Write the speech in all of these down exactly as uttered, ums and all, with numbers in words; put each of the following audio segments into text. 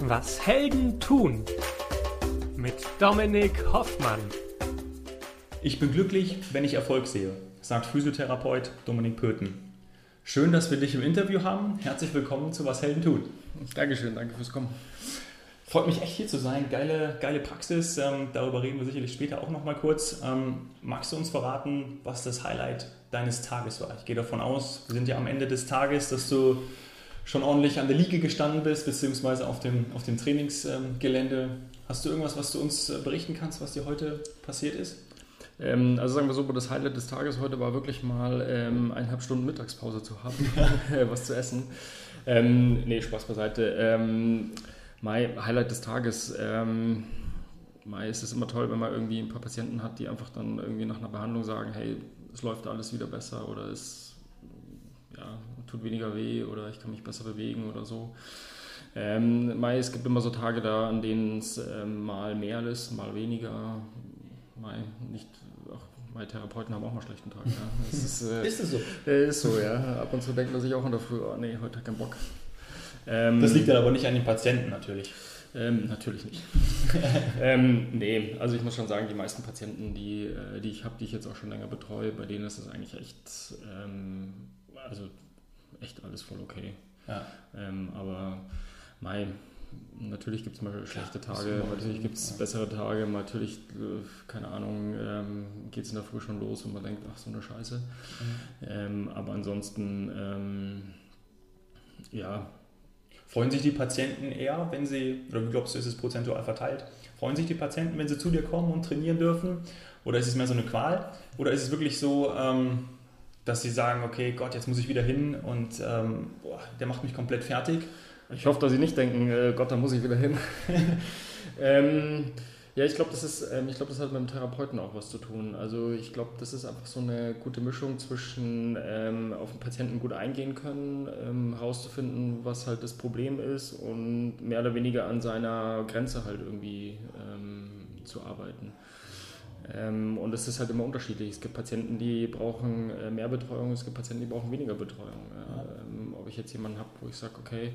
Was Helden tun mit Dominik Hoffmann. Ich bin glücklich, wenn ich Erfolg sehe, sagt Physiotherapeut Dominik Pöthen. Schön, dass wir dich im Interview haben. Herzlich willkommen zu Was Helden tun. Dankeschön, danke fürs Kommen. Freut mich echt hier zu sein. Geile, geile Praxis. Ähm, darüber reden wir sicherlich später auch noch mal kurz. Ähm, magst du uns verraten, was das Highlight deines Tages war? Ich gehe davon aus, wir sind ja am Ende des Tages, dass du schon ordentlich an der Liege gestanden bist, beziehungsweise auf dem, auf dem Trainingsgelände. Hast du irgendwas, was du uns berichten kannst, was dir heute passiert ist? Ähm, also sagen wir so, das Highlight des Tages heute war wirklich mal ähm, eineinhalb Stunden Mittagspause zu haben, was zu essen. Ähm, nee, Spaß beiseite. Ähm, mein Highlight des Tages, ähm, Mai ist es immer toll, wenn man irgendwie ein paar Patienten hat, die einfach dann irgendwie nach einer Behandlung sagen, hey, es läuft alles wieder besser oder es ja, tut weniger weh oder ich kann mich besser bewegen oder so. Ähm, Mai, es gibt immer so Tage da, an denen es ähm, mal mehr ist, mal weniger. Mai, nicht, ach, meine Therapeuten haben auch mal schlechten Tag. Ja. Das ist, äh, ist das so? Äh, ist so, ja. Ab und zu denkt man sich auch in der Früh, oh nee, heute hat keinen Bock. Ähm, das liegt ja aber nicht an den Patienten natürlich. Ähm, natürlich nicht. ähm, nee, also ich muss schon sagen, die meisten Patienten, die, äh, die ich habe, die ich jetzt auch schon länger betreue, bei denen ist es eigentlich echt, ähm, also echt alles voll okay. Ja. Ähm, aber mei, natürlich gibt es mal schlechte Tage, natürlich gibt es bessere Tage, natürlich, keine Ahnung, ähm, geht es in der Früh schon los und man denkt, ach so eine Scheiße. Mhm. Ähm, aber ansonsten, ähm, ja. Freuen sich die Patienten eher, wenn sie, oder wie glaubst du, ist es prozentual verteilt, freuen sich die Patienten, wenn sie zu dir kommen und trainieren dürfen? Oder ist es mehr so eine Qual? Oder ist es wirklich so, ähm, dass sie sagen, okay, Gott, jetzt muss ich wieder hin und ähm, boah, der macht mich komplett fertig? Ich hoffe, dass sie nicht denken, äh, Gott, da muss ich wieder hin. ähm, ja, ich glaube, das ist, ähm, ich glaube, das hat mit dem Therapeuten auch was zu tun. Also ich glaube, das ist einfach so eine gute Mischung zwischen ähm, auf den Patienten gut eingehen können, ähm, herauszufinden, was halt das Problem ist und mehr oder weniger an seiner Grenze halt irgendwie ähm, zu arbeiten. Ähm, und es ist halt immer unterschiedlich. Es gibt Patienten, die brauchen äh, mehr Betreuung, es gibt Patienten, die brauchen weniger Betreuung. Ja. Ähm, ob ich jetzt jemanden habe, wo ich sage, okay,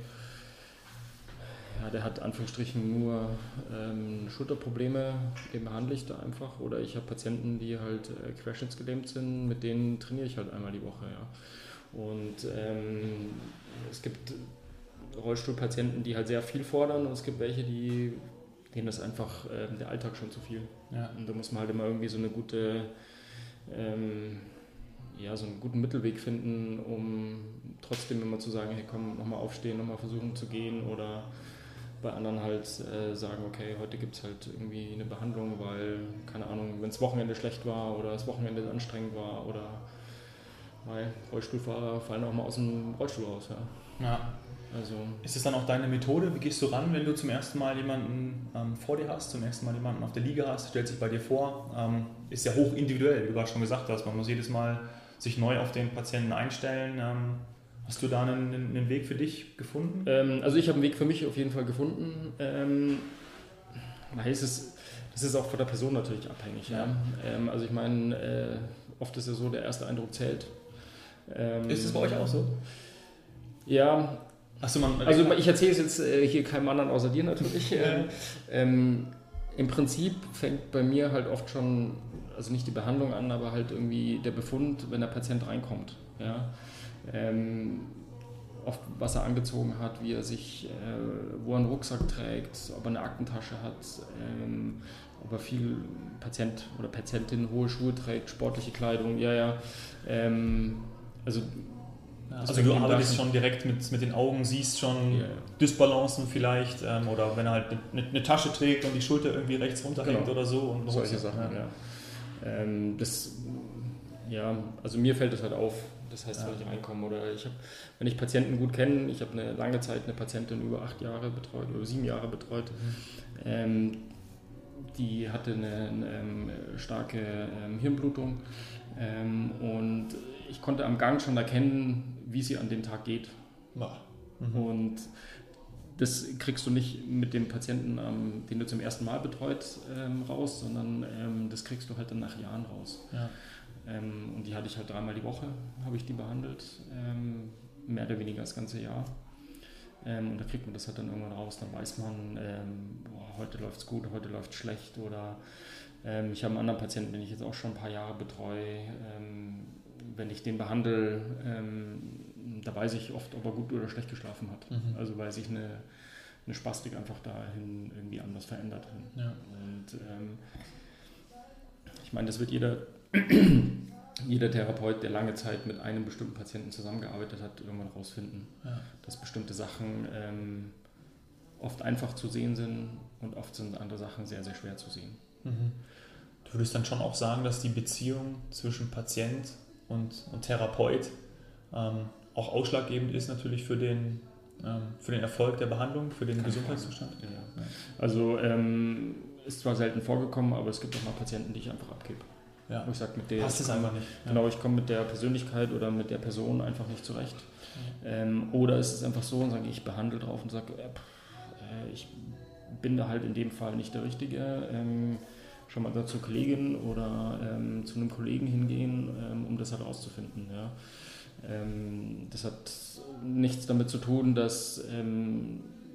ja, der hat Anführungsstrichen nur ähm, Schulterprobleme, den behandle ich da einfach. Oder ich habe Patienten, die halt äh, querschnittsgelähmt sind, mit denen trainiere ich halt einmal die Woche. Ja. Und ähm, es gibt Rollstuhlpatienten, die halt sehr viel fordern und es gibt welche, die denen ist einfach äh, der Alltag schon zu viel. Ja. Und da muss man halt immer irgendwie so eine gute, ähm, ja, so einen guten Mittelweg finden, um trotzdem immer zu sagen, hey komm, nochmal aufstehen, nochmal versuchen zu gehen oder bei anderen halt äh, sagen, okay, heute gibt es halt irgendwie eine Behandlung, weil, keine Ahnung, wenn das Wochenende schlecht war oder das Wochenende anstrengend war oder weil Rollstuhlfahrer fallen auch mal aus dem Rollstuhl raus. Ja. Ja. Also, ist es dann auch deine Methode? Wie gehst du ran, wenn du zum ersten Mal jemanden ähm, vor dir hast, zum ersten Mal jemanden auf der Liege hast, stellt sich bei dir vor, ähm, ist ja hoch individuell, wie du gerade schon gesagt hast, man muss jedes Mal sich neu auf den Patienten einstellen. Ähm, hast du da einen, einen Weg für dich gefunden? Ähm, also ich habe einen Weg für mich auf jeden Fall gefunden. Ähm, es ist, das ist auch von der Person natürlich abhängig. Ja. Ja. Ähm, also ich meine, äh, oft ist ja so, der erste Eindruck zählt. Ähm, ist es bei euch auch so? Ja. Achso, man, also ich erzähle es jetzt äh, hier keinem anderen außer dir natürlich. ähm, ähm, Im Prinzip fängt bei mir halt oft schon, also nicht die Behandlung an, aber halt irgendwie der Befund, wenn der Patient reinkommt. Ja? Ähm, oft was er angezogen hat, wie er sich, äh, wo er einen Rucksack trägt, ob er eine Aktentasche hat, ähm, ob er viel Patient oder Patientin hohe Schuhe trägt, sportliche Kleidung, ja, ja. Ähm, also Also du arbeitest schon direkt mit, mit den Augen, siehst schon yeah. Dysbalancen vielleicht ähm, oder wenn er halt eine, eine Tasche trägt und die Schulter irgendwie rechts runterhängt genau. oder so. Und solche Sachen, ja. ja. Ähm, das, ja, also mir fällt das halt auf, das heißt, ja. wenn ich reinkomme oder ich habe, wenn ich Patienten gut kenne, ich habe eine lange Zeit eine Patientin über acht Jahre betreut oder sieben Jahre betreut, mhm. ähm, die hatte eine, eine starke ähm, Hirnblutung ähm, und ich konnte am Gang schon erkennen, wie sie an dem Tag geht. Ja. Mhm. Und das kriegst du nicht mit dem Patienten, ähm, den du zum ersten Mal betreut, ähm, raus, sondern ähm, das kriegst du halt dann nach Jahren raus. Ja. Ähm, und die hatte ich halt dreimal die Woche, habe ich die behandelt, ähm, mehr oder weniger das ganze Jahr. Ähm, und da kriegt man das halt dann irgendwann raus, dann weiß man, ähm, boah, heute läuft es gut, heute läuft es schlecht. Oder ähm, ich habe einen anderen Patienten, den ich jetzt auch schon ein paar Jahre betreue. Ähm, wenn ich den behandle, ähm, da weiß ich oft, ob er gut oder schlecht geschlafen hat. Mhm. Also weil sich eine, eine Spastik einfach dahin irgendwie anders verändert. Ja. Und ähm, ich meine, das wird jeder... Jeder Therapeut, der lange Zeit mit einem bestimmten Patienten zusammengearbeitet hat, irgendwann rausfinden, ja. dass bestimmte Sachen ähm, oft einfach zu sehen sind und oft sind andere Sachen sehr, sehr schwer zu sehen. Mhm. Du würdest dann schon auch sagen, dass die Beziehung zwischen Patient und, und Therapeut ähm, auch ausschlaggebend ist natürlich für den, ähm, für den Erfolg der Behandlung, für den Keine Gesundheitszustand? Ja. Ja. Also ähm, ist zwar selten vorgekommen, aber es gibt auch mal Patienten, die ich einfach abgebe. Ja. Wo ich sag, mit der passt es einfach nicht. Ja. Genau, ich komme mit der Persönlichkeit oder mit der Person einfach nicht zurecht. Ja. Ähm, oder ist es einfach so und sage, ich behandle drauf und sage, äh, ich bin da halt in dem Fall nicht der Richtige. Ähm, schon mal zur Kollegin oder ähm, zu einem Kollegen hingehen, ähm, um das halt rauszufinden. Ja. Ähm, das hat nichts damit zu tun, dass ähm,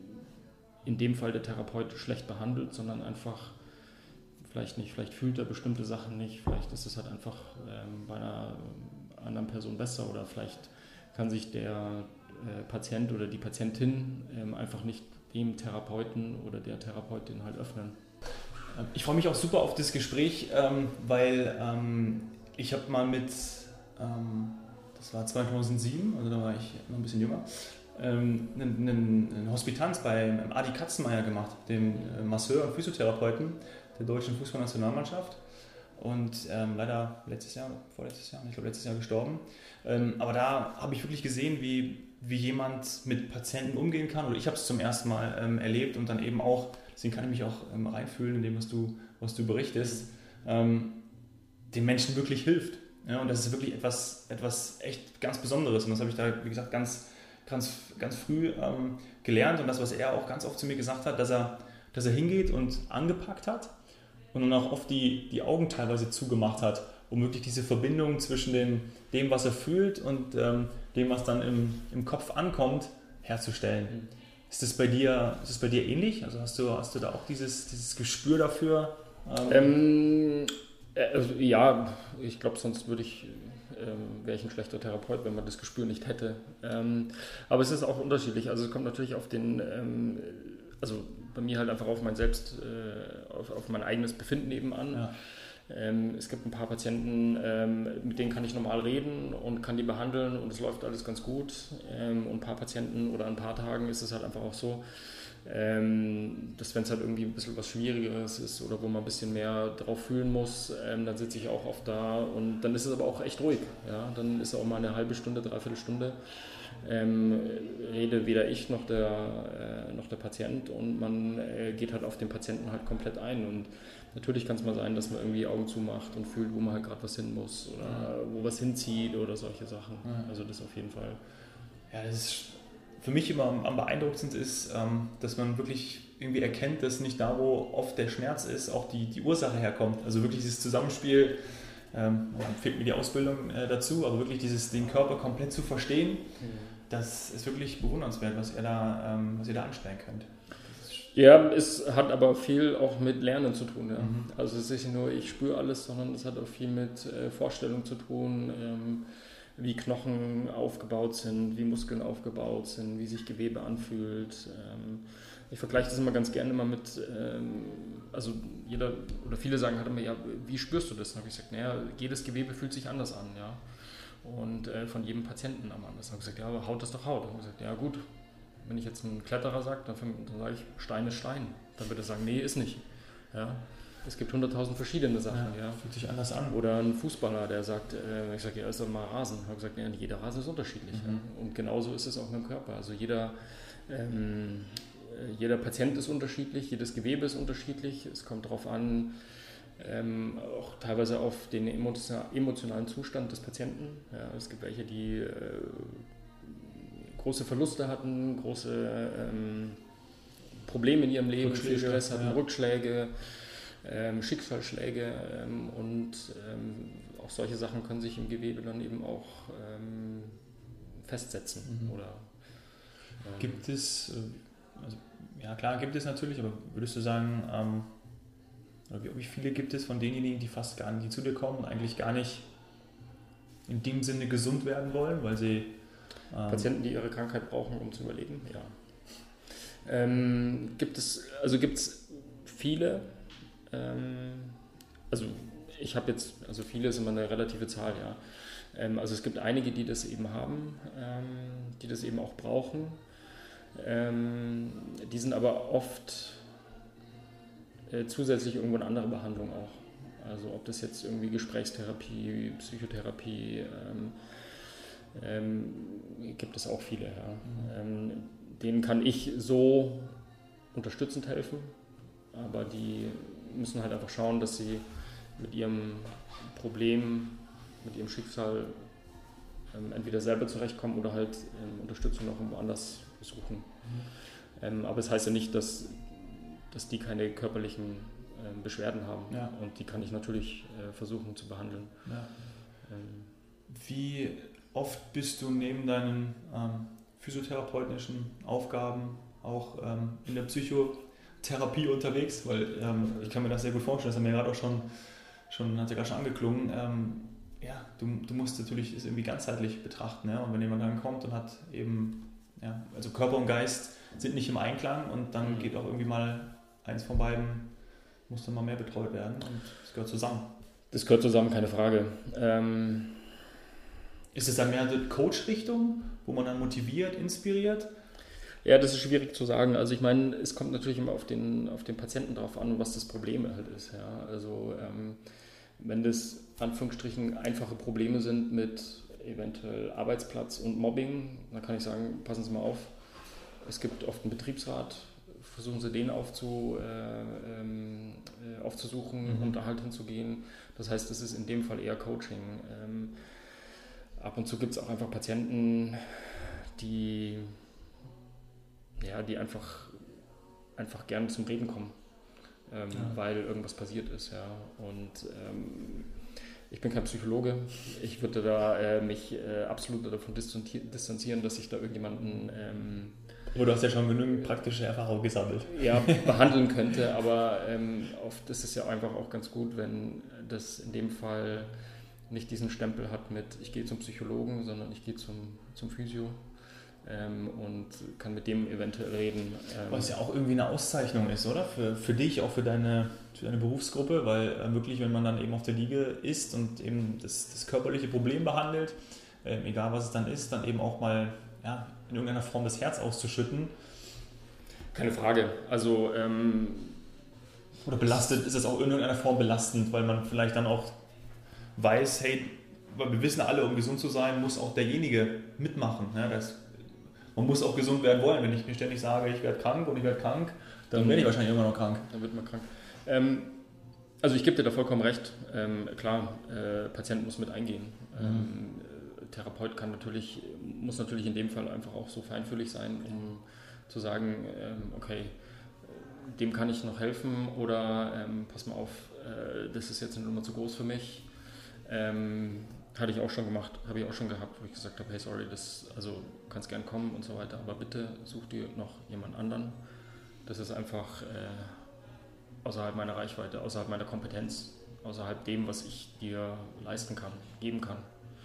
in dem Fall der Therapeut schlecht behandelt, sondern einfach vielleicht nicht, vielleicht fühlt er bestimmte Sachen nicht, vielleicht ist es halt einfach ähm, bei einer anderen Person besser oder vielleicht kann sich der äh, Patient oder die Patientin ähm, einfach nicht dem Therapeuten oder der Therapeutin halt öffnen. Ich freue mich auch super auf das Gespräch, ähm, weil ähm, ich habe mal mit, ähm, das war zweitausendsieben, also da war ich noch ein bisschen jünger, ähm, eine, eine Hospitanz bei Adi Katzenmeier gemacht, dem äh, Masseur und Physiotherapeuten der deutschen Fußballnationalmannschaft und ähm, leider letztes Jahr, vorletztes Jahr, ich glaube letztes Jahr gestorben. Ähm, aber da habe ich wirklich gesehen, wie, wie jemand mit Patienten umgehen kann. Oder ich habe es zum ersten Mal ähm, erlebt und dann eben auch, deswegen kann ich mich auch ähm, reinfühlen in dem, was du, was du berichtest, ähm, den Menschen wirklich hilft. Ja, und das ist wirklich etwas, etwas echt ganz Besonderes. Und das habe ich da, wie gesagt, ganz, ganz, ganz früh ähm, gelernt. Und das, was er auch ganz oft zu mir gesagt hat, dass er, dass er hingeht und angepackt hat, und dann auch oft die, die Augen teilweise zugemacht hat, um wirklich diese Verbindung zwischen dem, dem was er fühlt und ähm, dem, was dann im, im Kopf ankommt, herzustellen. Mhm. Ist das bei dir, ist das bei dir ähnlich? Also hast du, hast du da auch dieses, dieses Gespür dafür? Ähm, also, ja, ich glaube, sonst würde ich, ähm, wäre ich ein schlechter Therapeut, wenn man das Gespür nicht hätte. Ähm, aber es ist auch unterschiedlich. Also es kommt natürlich auf den... Ähm, also bei mir halt einfach auf mein Selbst, äh, auf, auf mein eigenes Befinden eben an. Ja. Ähm, es gibt ein paar Patienten, ähm, mit denen kann ich normal reden und kann die behandeln und es läuft alles ganz gut. Ähm, und ein paar Patienten oder ein paar Tagen ist es halt einfach auch so, ähm, dass wenn es halt irgendwie ein bisschen was Schwierigeres ist oder wo man ein bisschen mehr drauf fühlen muss, ähm, dann sitze ich auch oft da und dann ist es aber auch echt ruhig. Ja? Dann ist es auch mal eine halbe Stunde, dreiviertel Stunde. Ähm, rede weder ich noch der, äh, noch der Patient und man äh, geht halt auf den Patienten halt komplett ein und natürlich kann es mal sein, dass man irgendwie Augen zumacht und fühlt, wo man halt gerade was hin muss oder wo was hinzieht oder solche Sachen. Ja. Also das auf jeden Fall. Ja, das ist für mich immer am, am beeindruckendsten ist, ähm, dass man wirklich irgendwie erkennt, dass nicht da, wo oft der Schmerz ist, auch die, die Ursache herkommt. Also wirklich dieses Zusammenspiel. Ähm, fehlt mir die Ausbildung äh, dazu, aber wirklich dieses, den Körper komplett zu verstehen, mhm. das ist wirklich bewundernswert, was ihr da, ähm, was ihr da anstellen könnt. Ja, es hat aber viel auch mit Lernen zu tun. Ja. Mhm. Also es ist nicht nur, ich spüre alles, sondern es hat auch viel mit äh, Vorstellung zu tun, ähm, wie Knochen aufgebaut sind, wie Muskeln aufgebaut sind, wie sich Gewebe anfühlt. Ähm, ich vergleiche das immer ganz gerne mal mit, ähm, also jeder oder viele sagen halt immer, ja, wie spürst du das? Dann habe ich gesagt, naja, jedes Gewebe fühlt sich anders an, ja. Und äh, von jedem Patienten am anders. Dann habe ich gesagt, ja, aber Haut ist doch Haut. Dann habe ich gesagt, ja gut, wenn ich jetzt einen Kletterer sage, dann, dann sage ich, Stein ist Stein. Dann wird er sagen, nee, ist nicht. Ja. Es gibt hunderttausend verschiedene Sachen. Ja, ja. Fühlt sich anders an. Oder ein Fußballer, der sagt, äh, ich sage, ja, ist doch mal Rasen. Ich habe gesagt, ja, jeder Rasen ist unterschiedlich. Mhm. Ja. Und genauso ist es auch mit dem Körper. Also jeder, ähm, jeder Patient ist unterschiedlich, jedes Gewebe ist unterschiedlich. Es kommt darauf an, ähm, auch teilweise auf den emotionalen Zustand des Patienten. Ja, es gibt welche, die äh, große Verluste hatten, große ähm, Probleme in ihrem Leben, viel Stress hatten, ja. Rückschläge, ähm, Schicksalsschläge ähm, und ähm, auch solche Sachen können sich im Gewebe dann eben auch ähm, festsetzen. Mhm. Oder Gibt es, also, ja klar gibt es natürlich, aber würdest du sagen, ähm, wie, wie viele gibt es von denjenigen, die fast gar nicht, die zu dir kommen und eigentlich gar nicht in dem Sinne gesund werden wollen, weil sie... Ähm, Patienten, die ihre Krankheit brauchen, um zu überleben, ja. Ähm, gibt es, also gibt es viele, ähm, also ich habe jetzt, also viele ist immer eine relative Zahl, ja. Ähm, also es gibt einige, die das eben haben, ähm, die das eben auch brauchen. Ähm, die sind aber oft äh, zusätzlich irgendwo eine andere Behandlung auch. Also ob das jetzt irgendwie Gesprächstherapie, Psychotherapie, ähm, ähm, gibt es auch viele. Ja. Mhm. Ähm, denen kann ich so unterstützend helfen, aber die müssen halt einfach schauen, dass sie mit ihrem Problem, mit ihrem Schicksal ähm, entweder selber zurechtkommen oder halt ähm, Unterstützung noch irgendwo anders suchen. Mhm. Ähm, aber es das heißt ja nicht, dass, dass die keine körperlichen ähm, Beschwerden haben. Ja. Und die kann ich natürlich äh, versuchen zu behandeln. Ja. Ähm. Wie oft bist du neben deinen ähm, physiotherapeutischen Aufgaben auch ähm, in der Psychotherapie unterwegs? Weil ähm, ich kann mir das sehr gut vorstellen, das haben wir gerade auch schon, schon hat ja gerade schon angeklungen. Ähm, ja, du, du musst natürlich es irgendwie ganzheitlich betrachten. Ja? Und wenn jemand dann kommt und hat eben, ja, also Körper und Geist sind nicht im Einklang und dann mhm. geht auch irgendwie mal eins von beiden, muss dann mal mehr betreut werden und das gehört zusammen. Das gehört zusammen, keine Frage. Ähm Ist es dann mehr die Coach-Richtung, wo man dann motiviert, inspiriert? Ja, das ist schwierig zu sagen. Also ich meine, es kommt natürlich immer auf den, auf den Patienten drauf an, was das Problem halt ist. Ja. Also ähm, wenn das Anführungsstrichen einfache Probleme sind mit eventuell Arbeitsplatz und Mobbing, dann kann ich sagen, passen Sie mal auf. Es gibt oft einen Betriebsrat, versuchen Sie den aufzu, äh, äh, aufzusuchen mhm. und da halt hinzugehen. Das heißt, das ist in dem Fall eher Coaching. Ähm, ab und zu gibt es auch einfach Patienten, die, ja, die einfach, einfach gerne zum Reden kommen, ähm, ja. weil irgendwas passiert ist. Ja. Und ähm, ich bin kein Psychologe. Ich würde da äh, mich äh, absolut davon distanzieren, dass ich da irgendjemanden... Ähm, Aber du hast ja schon genügend praktische Erfahrung gesammelt. Ja, behandeln könnte, aber ähm, oft ist es ja einfach auch ganz gut, wenn das in dem Fall nicht diesen Stempel hat mit ich gehe zum Psychologen, sondern ich gehe zum, zum Physio ähm, und kann mit dem eventuell reden. Ähm, Was ja auch irgendwie eine Auszeichnung ist, oder? Für, für dich, auch für deine, für deine Berufsgruppe, weil äh, wirklich, wenn man dann eben auf der Liege ist und eben das, das körperliche Problem behandelt, äh, egal was es dann ist, dann eben auch mal ja, in irgendeiner Form das Herz auszuschütten. Keine Frage. Also ähm, oder belastet, ist es auch in irgendeiner Form belastend, weil man vielleicht dann auch weiß, hey, weil wir wissen alle, um gesund zu sein, muss auch derjenige mitmachen. Ja, das, man muss auch gesund werden wollen. Wenn ich mir ständig sage, ich werde krank und ich werde krank, dann mhm. werde ich wahrscheinlich immer noch krank. Dann wird man krank. Ähm, also ich gebe dir da vollkommen recht. Ähm, klar, äh, Patient muss mit eingehen. Mhm. Ähm, Therapeut kann natürlich, muss natürlich in dem Fall einfach auch so feinfühlig sein, um zu sagen, ähm, okay, dem kann ich noch helfen oder ähm, pass mal auf, äh, das ist jetzt eine Nummer zu groß für mich. Ähm, hatte ich auch schon gemacht, habe ich auch schon gehabt, wo ich gesagt habe, hey sorry, das, also du kannst gern kommen und so weiter, aber bitte such dir noch jemand anderen. Das ist einfach äh, außerhalb meiner Reichweite, außerhalb meiner Kompetenz, außerhalb dem, was ich dir leisten kann, geben kann.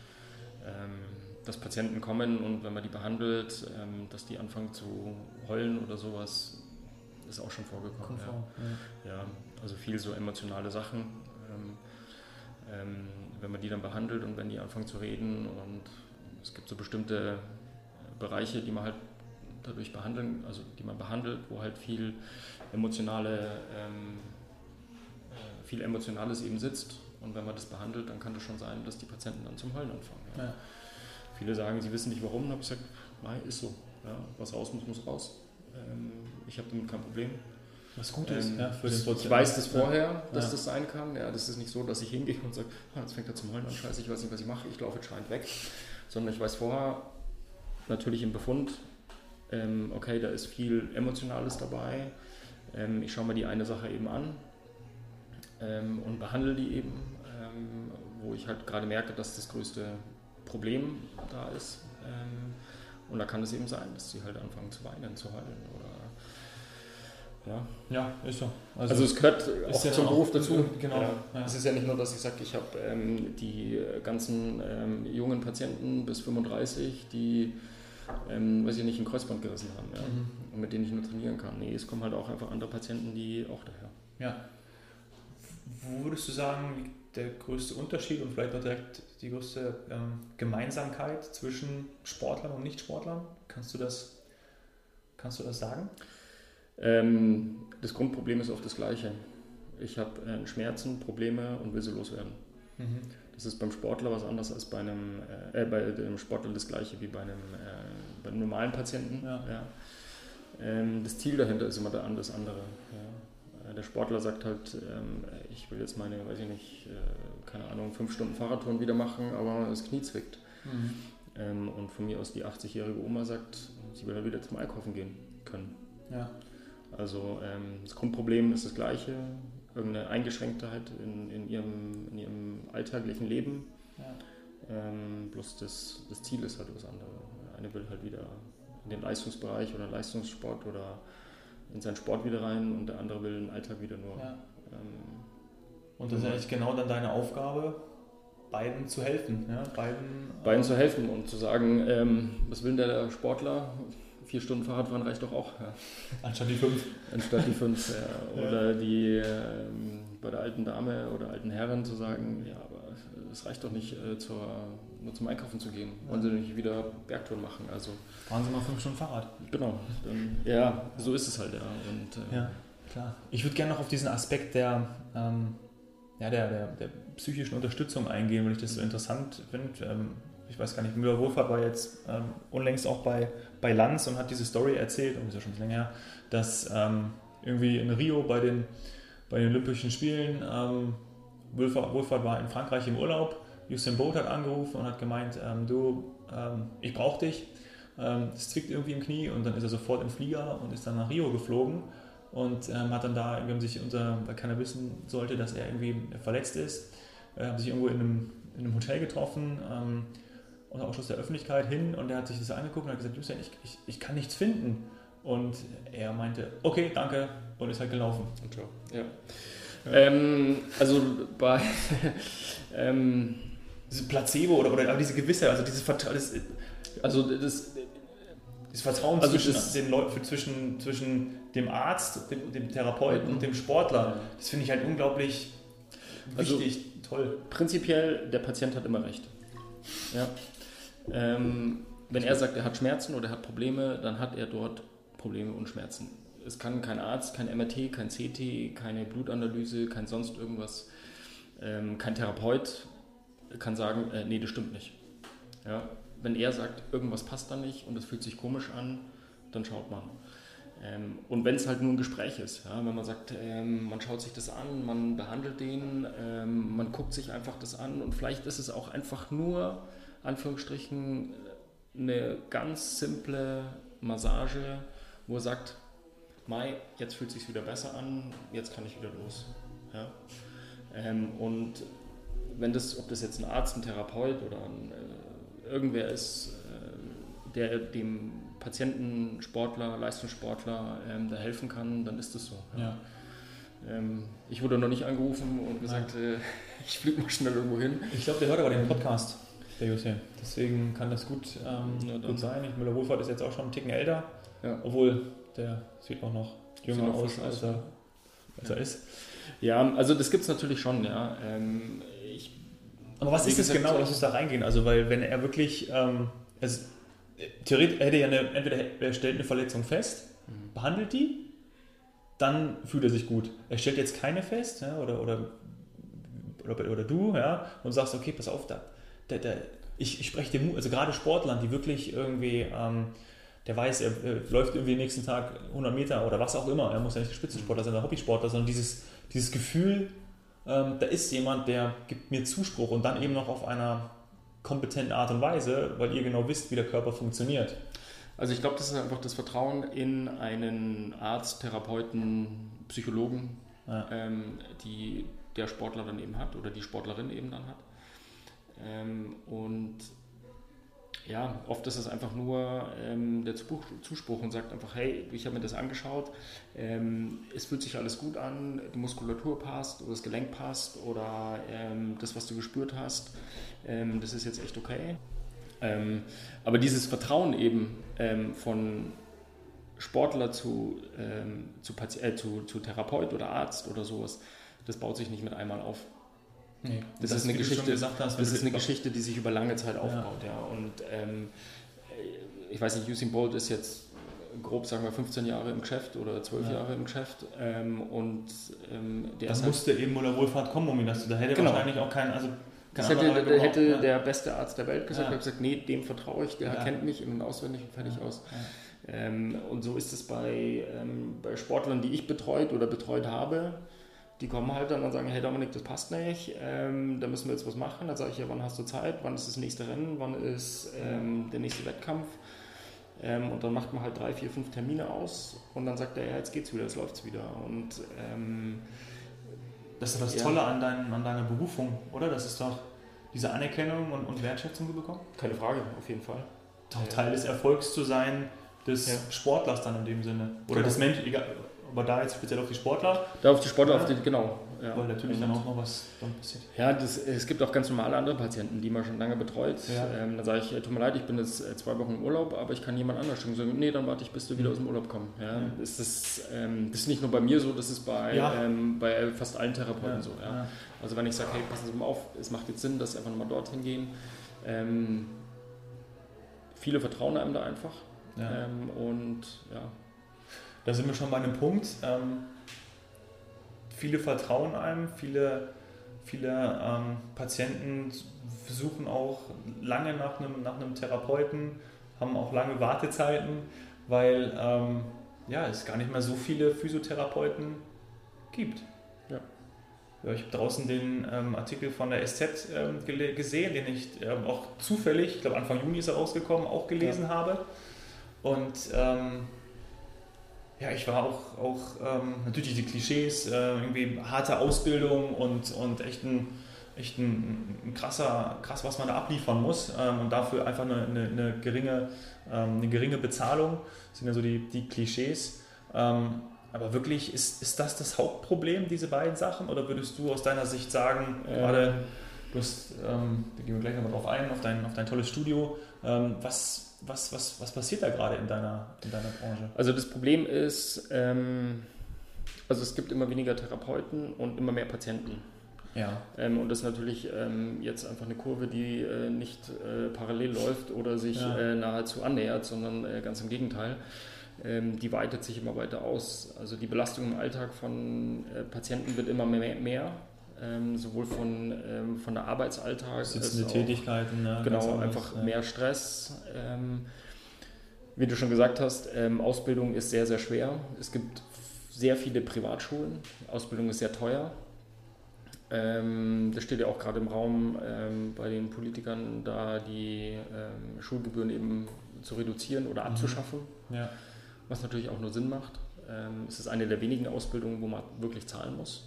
Ähm, dass Patienten kommen und wenn man die behandelt, ähm, dass die anfangen zu heulen oder sowas, ist auch schon vorgekommen. Ja. Ja, also viel so emotionale Sachen. Ähm, ähm, wenn man die dann behandelt und wenn die anfangen zu reden und es gibt so bestimmte Bereiche, die man halt dadurch behandeln, also die man behandelt, wo halt viel emotionale, ähm, äh, viel Emotionales eben sitzt und wenn man das behandelt, dann kann das schon sein, dass die Patienten dann zum Heulen anfangen. Ja. Ja. Viele sagen, sie wissen nicht warum, dann habe ich gesagt, nein, ist so, ja, was raus muss, muss raus. Ähm, ich habe damit kein Problem. Was gut ist, ähm, ja, für den Prozess. Ich weiß das vorher, dass ja. das sein kann. Ja, das ist nicht so, dass ich hingehe und sage, ah, jetzt fängt er zum Heulen an, scheiße, ich weiß nicht, was ich mache, ich laufe jetzt schreiend weg. Sondern ich weiß vorher, natürlich im Befund, ähm, okay, da ist viel Emotionales dabei. Ähm, ich schaue mir die eine Sache eben an ähm, und behandle die eben, ähm, wo ich halt gerade merke, dass das größte Problem da ist. Ähm, Und da kann es eben sein, dass sie halt anfangen zu weinen, zu heulen oder ja. Ja, ist so. Also, also es gehört auch ja zum Beruf auch, dazu. Genau. Ja. Ja. Es ist ja nicht nur, dass ich sage, ich habe ähm, die ganzen ähm, jungen Patienten bis fünfunddreißig, die, ähm, weiß ich nicht, ein Kreuzband gerissen haben, ja, mhm. mit denen ich nur trainieren kann. Nee, es kommen halt auch einfach andere Patienten, die auch daher. Ja. Wo würdest du sagen, liegt der größte Unterschied und vielleicht auch direkt die größte ähm, Gemeinsamkeit zwischen Sportlern und Nichtsportlern? Kannst du das, kannst du das sagen? Ähm, das Grundproblem ist oft das gleiche. Ich habe äh, Schmerzen, Probleme und will sie loswerden. Mhm. Das ist beim Sportler was anderes als bei einem, äh, bei dem Sportler das gleiche wie bei einem, äh, bei einem normalen Patienten. Ja. Ja. Ähm, das Ziel dahinter ist immer das andere. Ja. Der Sportler sagt halt, ähm, ich will jetzt meine, weiß ich nicht, äh, keine Ahnung, fünf Stunden Fahrradtouren wieder machen, aber das Knie zwickt. Mhm. Ähm, und von mir aus die achtzigjährige Oma sagt, sie will halt wieder zum Einkaufen gehen können. Ja. Also ähm, das Grundproblem ist das gleiche, irgendeine Eingeschränktheit in, in, ihrem, in ihrem alltäglichen Leben. Ja. Ähm, bloß das, das Ziel ist halt was anderes. Eine will halt wieder in den Leistungsbereich oder Leistungssport oder in seinen Sport wieder rein und der andere will den Alltag wieder nur. Ja. Ähm, und das ist eigentlich genau dann deine Aufgabe, beiden zu helfen. Ja? Beiden, beiden äh, zu helfen und zu sagen, ähm, was will der Sportler? Vier Stunden Fahrradfahren reicht doch auch. Ja. Anstatt die fünf. Anstatt die fünf, ja. Oder die ähm, bei der alten Dame oder alten Herren zu sagen, ja, aber es reicht doch nicht, äh, zur, nur zum Einkaufen zu gehen. Wollen Sie nicht wieder Bergtouren machen? Also, fahren Sie mal fünf Stunden Fahrrad. Genau. Dann, ja, so ist es halt, ja. Und, äh, ja, klar. Ich würde gerne noch auf diesen Aspekt der, ähm, ja, der, der, der psychischen Unterstützung eingehen, weil ich das so interessant finde. Ähm, ich weiß gar nicht, Müller-Wohlfahrt war jetzt ähm, unlängst auch bei, bei Lanz und hat diese Story erzählt, und das ist ja schon länger her, dass ähm, irgendwie in Rio bei den, bei den Olympischen Spielen ähm, Wohlfahrt, Wohlfahrt war in Frankreich im Urlaub, Usain Bolt hat angerufen und hat gemeint, ähm, du, ähm, ich brauche dich, ähm, es zwickt irgendwie im Knie, und dann ist er sofort im Flieger und ist dann nach Rio geflogen und ähm, hat dann da, irgendwie sich unter, weil keiner wissen sollte, dass er irgendwie verletzt ist, äh, haben sich irgendwo in einem, in einem Hotel getroffen, ähm, unter Ausschluss der Öffentlichkeit hin, und er hat sich das angeguckt und hat gesagt, Usain, ich, ich, ich kann nichts finden. Und er meinte, okay, danke, und ist halt gelaufen. Okay. Ja. Ja. Ähm, also bei ähm, diese Placebo oder, oder diese Gewissheit, also dieses Vertrauen, das, also das, dieses Vertrauen also zwischen, das, den Leuten, zwischen, zwischen dem Arzt, dem, dem Therapeuten mhm. und dem Sportler, das finde ich halt unglaublich wichtig, also, toll. Prinzipiell, der Patient hat immer recht. Ja. Ähm, wenn er sagt, er hat Schmerzen oder er hat Probleme, dann hat er dort Probleme und Schmerzen. Es kann kein Arzt, kein M R T, kein C T, keine Blutanalyse, kein sonst irgendwas, ähm, kein Therapeut kann sagen, äh, nee, das stimmt nicht. Ja? Wenn er sagt, irgendwas passt da nicht und es fühlt sich komisch an, dann schaut man. Ähm, und wenn es halt nur ein Gespräch ist, ja? Wenn man sagt, ähm, man schaut sich das an, man behandelt den, ähm, man guckt sich einfach das an, und vielleicht ist es auch einfach nur, Anführungsstrichen, eine ganz simple Massage, wo er sagt, Mai, jetzt fühlt es sich wieder besser an, jetzt kann ich wieder los. Ja? Ähm, und wenn das, ob das jetzt ein Arzt, ein Therapeut oder ein, äh, irgendwer ist, äh, der dem Patienten, Sportler, Leistungssportler ähm, da helfen kann, dann ist das so. Ja. Ja. Ähm, ich wurde noch nicht angerufen und gesagt, äh, ich fliege mal schnell irgendwo hin. Ich glaube, der hört aber den Podcast, der Usain. Deswegen kann das gut, ähm, ja, gut sein. Ich, Müller-Wohlfahrt ist jetzt auch schon einen Ticken älter, ja. Obwohl der sieht auch noch jünger aus, als er, als er ist. Ja, also das gibt es natürlich schon, ja. Ähm, ich, aber was ist das genau, lass uns da reingehen? Also, weil wenn er wirklich, ähm, es, theoretisch hätte er eine, entweder er stellt eine Verletzung fest, mhm. behandelt die, dann fühlt er sich gut. Er stellt jetzt keine fest, ja, oder, oder, oder, oder du, ja, und sagst, okay, pass auf, da, da, da ich, ich spreche dir, also gerade Sportlern, die wirklich irgendwie, ähm, der weiß, er, er läuft irgendwie den nächsten Tag hundert Meter oder was auch immer, er muss ja nicht Spitzensportler sein, ein Hobbysportler, sondern dieses, dieses Gefühl, ähm, da ist jemand, der gibt mir Zuspruch, und dann eben noch auf einer kompetenten Art und Weise, weil ihr genau wisst, wie der Körper funktioniert. Also ich glaube, das ist einfach das Vertrauen in einen Arzt, Therapeuten, Psychologen, ja. ähm, die der Sportler dann eben hat oder die Sportlerin eben dann hat. Ähm, und ja, oft ist es einfach nur ähm, der Zuspruch, Zuspruch und sagt einfach, hey, ich habe mir das angeschaut, ähm, es fühlt sich alles gut an, die Muskulatur passt oder das Gelenk passt oder ähm, das, was du gespürt hast, ähm, das ist jetzt echt okay. Ähm, aber dieses Vertrauen eben ähm, von Sportler zu, ähm, zu, Pati- äh, zu, zu Therapeut oder Arzt oder sowas, das baut sich nicht mit einmal auf. Nee. Das, das ist eine, Geschichte, hast, das ist eine Geschichte, die sich über lange Zeit aufbaut. Ja. Ja. Und ähm, ich weiß nicht, Usain Bolt ist jetzt grob, sagen wir, fünfzehn Jahre im Geschäft oder zwölf ja. Jahre im Geschäft. Ähm, und ähm, der das ist musste halt, eben oder Wohlfahrt kommen, um ihn das zu. Da hätte genau. wahrscheinlich auch kein, also das hätte, da hätte ja. der beste Arzt der Welt gesagt, ja. hat gesagt, nee, dem vertraue ich, der ja. kennt mich in- und auswendig und fertig ja. aus. Ja. Ähm, und so ist es bei, ähm, bei Sportlern, die ich betreut oder betreut habe. Die kommen halt dann und sagen, hey Dominik, das passt nicht, ähm, da müssen wir jetzt was machen. Dann sage ich, ja, wann hast du Zeit, wann ist das nächste Rennen, wann ist ähm, der nächste Wettkampf. Ähm, und dann macht man halt drei, vier, fünf Termine aus und dann sagt er, ja, jetzt geht's wieder, jetzt läuft's wieder. Und ähm, das ist das ja. Tolle an, dein, an deiner Berufung, oder? Das ist doch diese Anerkennung und, und Wertschätzung, die du bekommst? Keine Frage, auf jeden Fall. Doch Teil des Erfolgs zu sein, des ja. Sportlers dann in dem Sinne. Oder genau. des Menschen, egal. Aber da jetzt speziell auf die Sportler? Da auf die Sportler, ja. auf die, genau. Ja. Weil natürlich und dann auch noch was dann passiert. Ja, das, es gibt auch ganz normale andere Patienten, die man schon lange betreut. Ja. Ähm, dann sage ich, tut mir leid, ich bin jetzt zwei Wochen im Urlaub, aber ich kann jemand anders schicken. So, nee, dann warte ich, bis du wieder mhm. aus dem Urlaub kommst. Ja, ja. Das, ist, ähm, das ist nicht nur bei mir so, das ist bei, ja. ähm, bei fast allen Therapeuten ja. so. Ja. Ja. Also wenn ich sage, hey, passen Sie mal auf, es macht jetzt Sinn, dass Sie einfach nochmal dorthin gehen. Ähm, viele vertrauen einem da einfach. Ja. Ähm, und ja. Da sind wir schon bei einem Punkt. Ähm, viele vertrauen einem, viele, viele ähm, Patienten suchen auch lange nach einem, nach einem Therapeuten, haben auch lange Wartezeiten, weil ähm, ja, es gar nicht mehr so viele Physiotherapeuten gibt. Ja. Ja, ich habe draußen den ähm, Artikel von der S Z ähm, gele- gesehen, den ich ähm, auch zufällig, ich glaube Anfang Juni ist er rausgekommen, auch gelesen ja. habe. Und ähm, ja, ich war auch, auch ähm, natürlich die Klischees, äh, irgendwie harte Ausbildung und, und echt, ein, echt ein, ein krasser, krass, was man da abliefern muss ähm, und dafür einfach eine, eine, eine, geringe, ähm, eine geringe Bezahlung, das sind ja so die, die Klischees. Ähm, aber wirklich, ist, ist das das Hauptproblem, diese beiden Sachen? Oder würdest du aus deiner Sicht sagen, ähm. gerade, du hast, ähm, da gehen wir gleich nochmal drauf ein, auf dein, auf dein tolles Studio, ähm, was Was, was, was passiert da gerade in deiner, in deiner Branche? Also das Problem ist, ähm, also es gibt immer weniger Therapeuten und immer mehr Patienten. Ja. Ähm, und das ist natürlich ähm, jetzt einfach eine Kurve, die äh, nicht äh, parallel läuft oder sich ja. äh, nahezu annähert, sondern äh, ganz im Gegenteil. Ähm, die weitet sich immer weiter aus. Also die Belastung im Alltag von äh, Patienten wird immer mehr. mehr. Ähm, sowohl von, ähm, von der Arbeitsalltag, sitzende Tätigkeiten, ja, genau, einfach ja. mehr Stress. Ähm, wie du schon gesagt hast, ähm, Ausbildung ist sehr, sehr schwer. Es gibt sehr viele Privatschulen. Ausbildung ist sehr teuer. Ähm, das steht ja auch gerade im Raum ähm, bei den Politikern, da die ähm, Schulgebühren eben zu reduzieren oder abzuschaffen, mhm. ja. was natürlich auch nur Sinn macht. Ähm, es ist eine der wenigen Ausbildungen, wo man wirklich zahlen muss.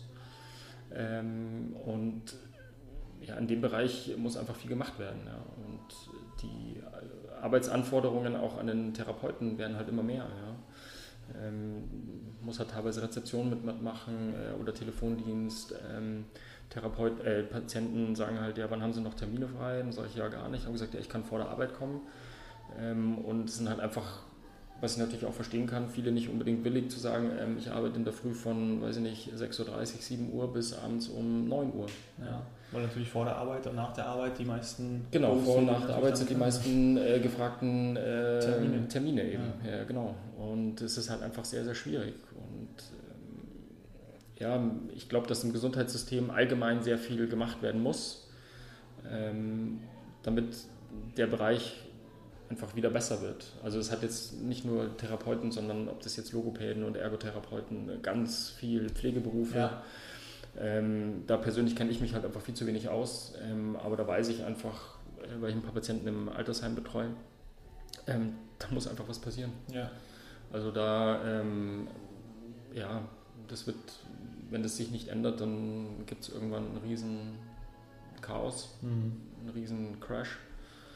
Ähm, und ja, in dem Bereich muss einfach viel gemacht werden. Ja. Und die Arbeitsanforderungen auch an den Therapeuten werden halt immer mehr. Ja. Ähm, muss halt teilweise Rezeption mitmachen äh, oder Telefondienst. Ähm, Therapeut, äh, Patienten sagen halt, ja, wann haben sie noch Termine frei? Dann sage ich, ja, gar nicht. Ich habe gesagt, ja, ich kann vor der Arbeit kommen. Ähm, und es sind halt einfach, was ich natürlich auch verstehen kann, viele nicht unbedingt willig zu sagen, ähm, ich arbeite in der Früh von, weiß ich nicht, sechs Uhr dreißig, sieben Uhr bis abends um neun Uhr. Ja, weil natürlich vor der Arbeit und nach der Arbeit die meisten... Genau, vor und nach der Arbeit sind die meisten äh, gefragten äh, Termine. Termine eben. Ja. Ja, genau. Und es ist halt einfach sehr, sehr schwierig. Und ähm, ja, ich glaube, dass im Gesundheitssystem allgemein sehr viel gemacht werden muss, ähm, damit der Bereich einfach wieder besser wird. Also es hat jetzt nicht nur Therapeuten, sondern ob das jetzt Logopäden und Ergotherapeuten, ganz viel Pflegeberufe. Ja. Ähm, da persönlich kenne ich mich halt einfach viel zu wenig aus, ähm, aber da weiß ich einfach, äh, weil ich ein paar Patienten im Altersheim betreue, ähm, da muss einfach was passieren. Ja. Also da, ähm, ja, das wird, wenn das sich nicht ändert, dann gibt es irgendwann einen riesen Chaos, mhm. einen riesen Crash.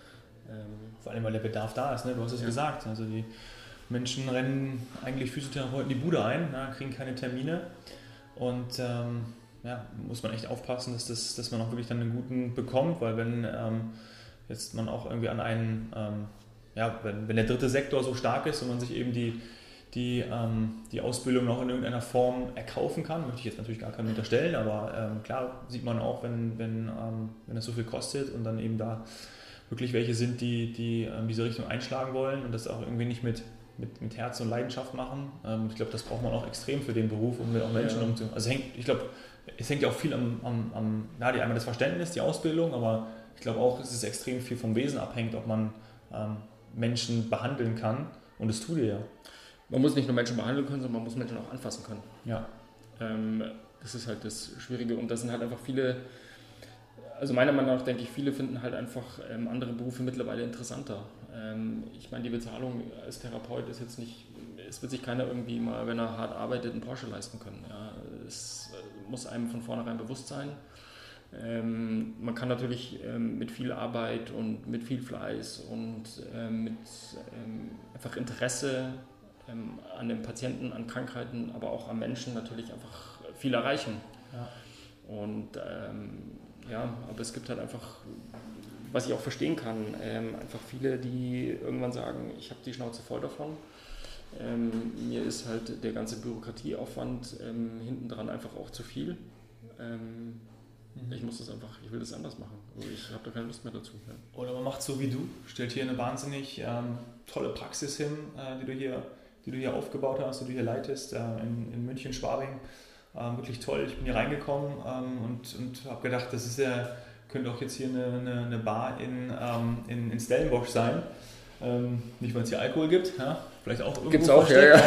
Ähm, Vor allem, weil der Bedarf da ist, ne? Du hast es ja gesagt. Also die Menschen rennen eigentlich Physiotherapeuten die Bude ein, ne? Kriegen keine Termine und ähm, ja, muss man echt aufpassen, dass, das, dass man auch wirklich dann einen guten bekommt, weil wenn ähm, jetzt man auch irgendwie an einen, ähm, ja, wenn, wenn der dritte Sektor so stark ist und man sich eben die, die, ähm, die Ausbildung noch in irgendeiner Form erkaufen kann, möchte ich jetzt natürlich gar keinem unterstellen, aber ähm, klar sieht man auch, wenn, wenn, ähm, wenn das so viel kostet und dann eben da wirklich welche sind, die, die ähm, diese Richtung einschlagen wollen und das auch irgendwie nicht mit Mit, mit Herz und Leidenschaft machen. Ähm, ich glaube, das braucht man auch extrem für den Beruf, um mit auch Menschen ja. umzugehen. Also hängt, ich glaube, es hängt ja auch viel am, am, am ja, die einmal das Verständnis, die Ausbildung, aber ich glaube auch, es ist extrem viel vom Wesen abhängt, ob man ähm, Menschen behandeln kann und das tut ihr ja. Man muss nicht nur Menschen behandeln können, sondern man muss Menschen auch anfassen können. Ja. Ähm, das ist halt das Schwierige und das sind halt einfach viele, also meiner Meinung nach denke ich, viele finden halt einfach ähm, andere Berufe mittlerweile interessanter. Ähm, ich meine, die Bezahlung als Therapeut ist jetzt nicht, es wird sich keiner irgendwie mal, wenn er hart arbeitet, einen Porsche leisten können. Ja. Es äh, muss einem von vornherein bewusst sein. Ähm, man kann natürlich ähm, mit viel Arbeit und mit viel Fleiß und ähm, mit ähm, einfach Interesse ähm, an den Patienten, an Krankheiten, aber auch an Menschen natürlich einfach viel erreichen. Ja. Und ähm, ja, aber es gibt halt einfach, was ich auch verstehen kann, ähm, einfach viele, die irgendwann sagen, ich habe die Schnauze voll davon. Ähm, mir ist halt der ganze Bürokratieaufwand ähm, hinten dran einfach auch zu viel. Ähm, mhm. Ich muss das einfach, ich will das anders machen. Also ich habe da keine Lust mehr dazu. Ja. Oder man macht so wie du, stellt hier eine wahnsinnig ähm, tolle Praxis hin, äh, die du hier, die du hier aufgebaut hast, die du hier leitest, äh, in, in München, Schwabing. Ähm, wirklich toll. Ich bin hier reingekommen ähm, und, und habe gedacht, das ist ja, könnte auch jetzt hier eine, eine, eine Bar in, ähm, in, in Stellenbosch sein. Ähm, nicht, weil es hier Alkohol gibt, ja? Vielleicht auch irgendwo. Gibt es auch, ja, ja.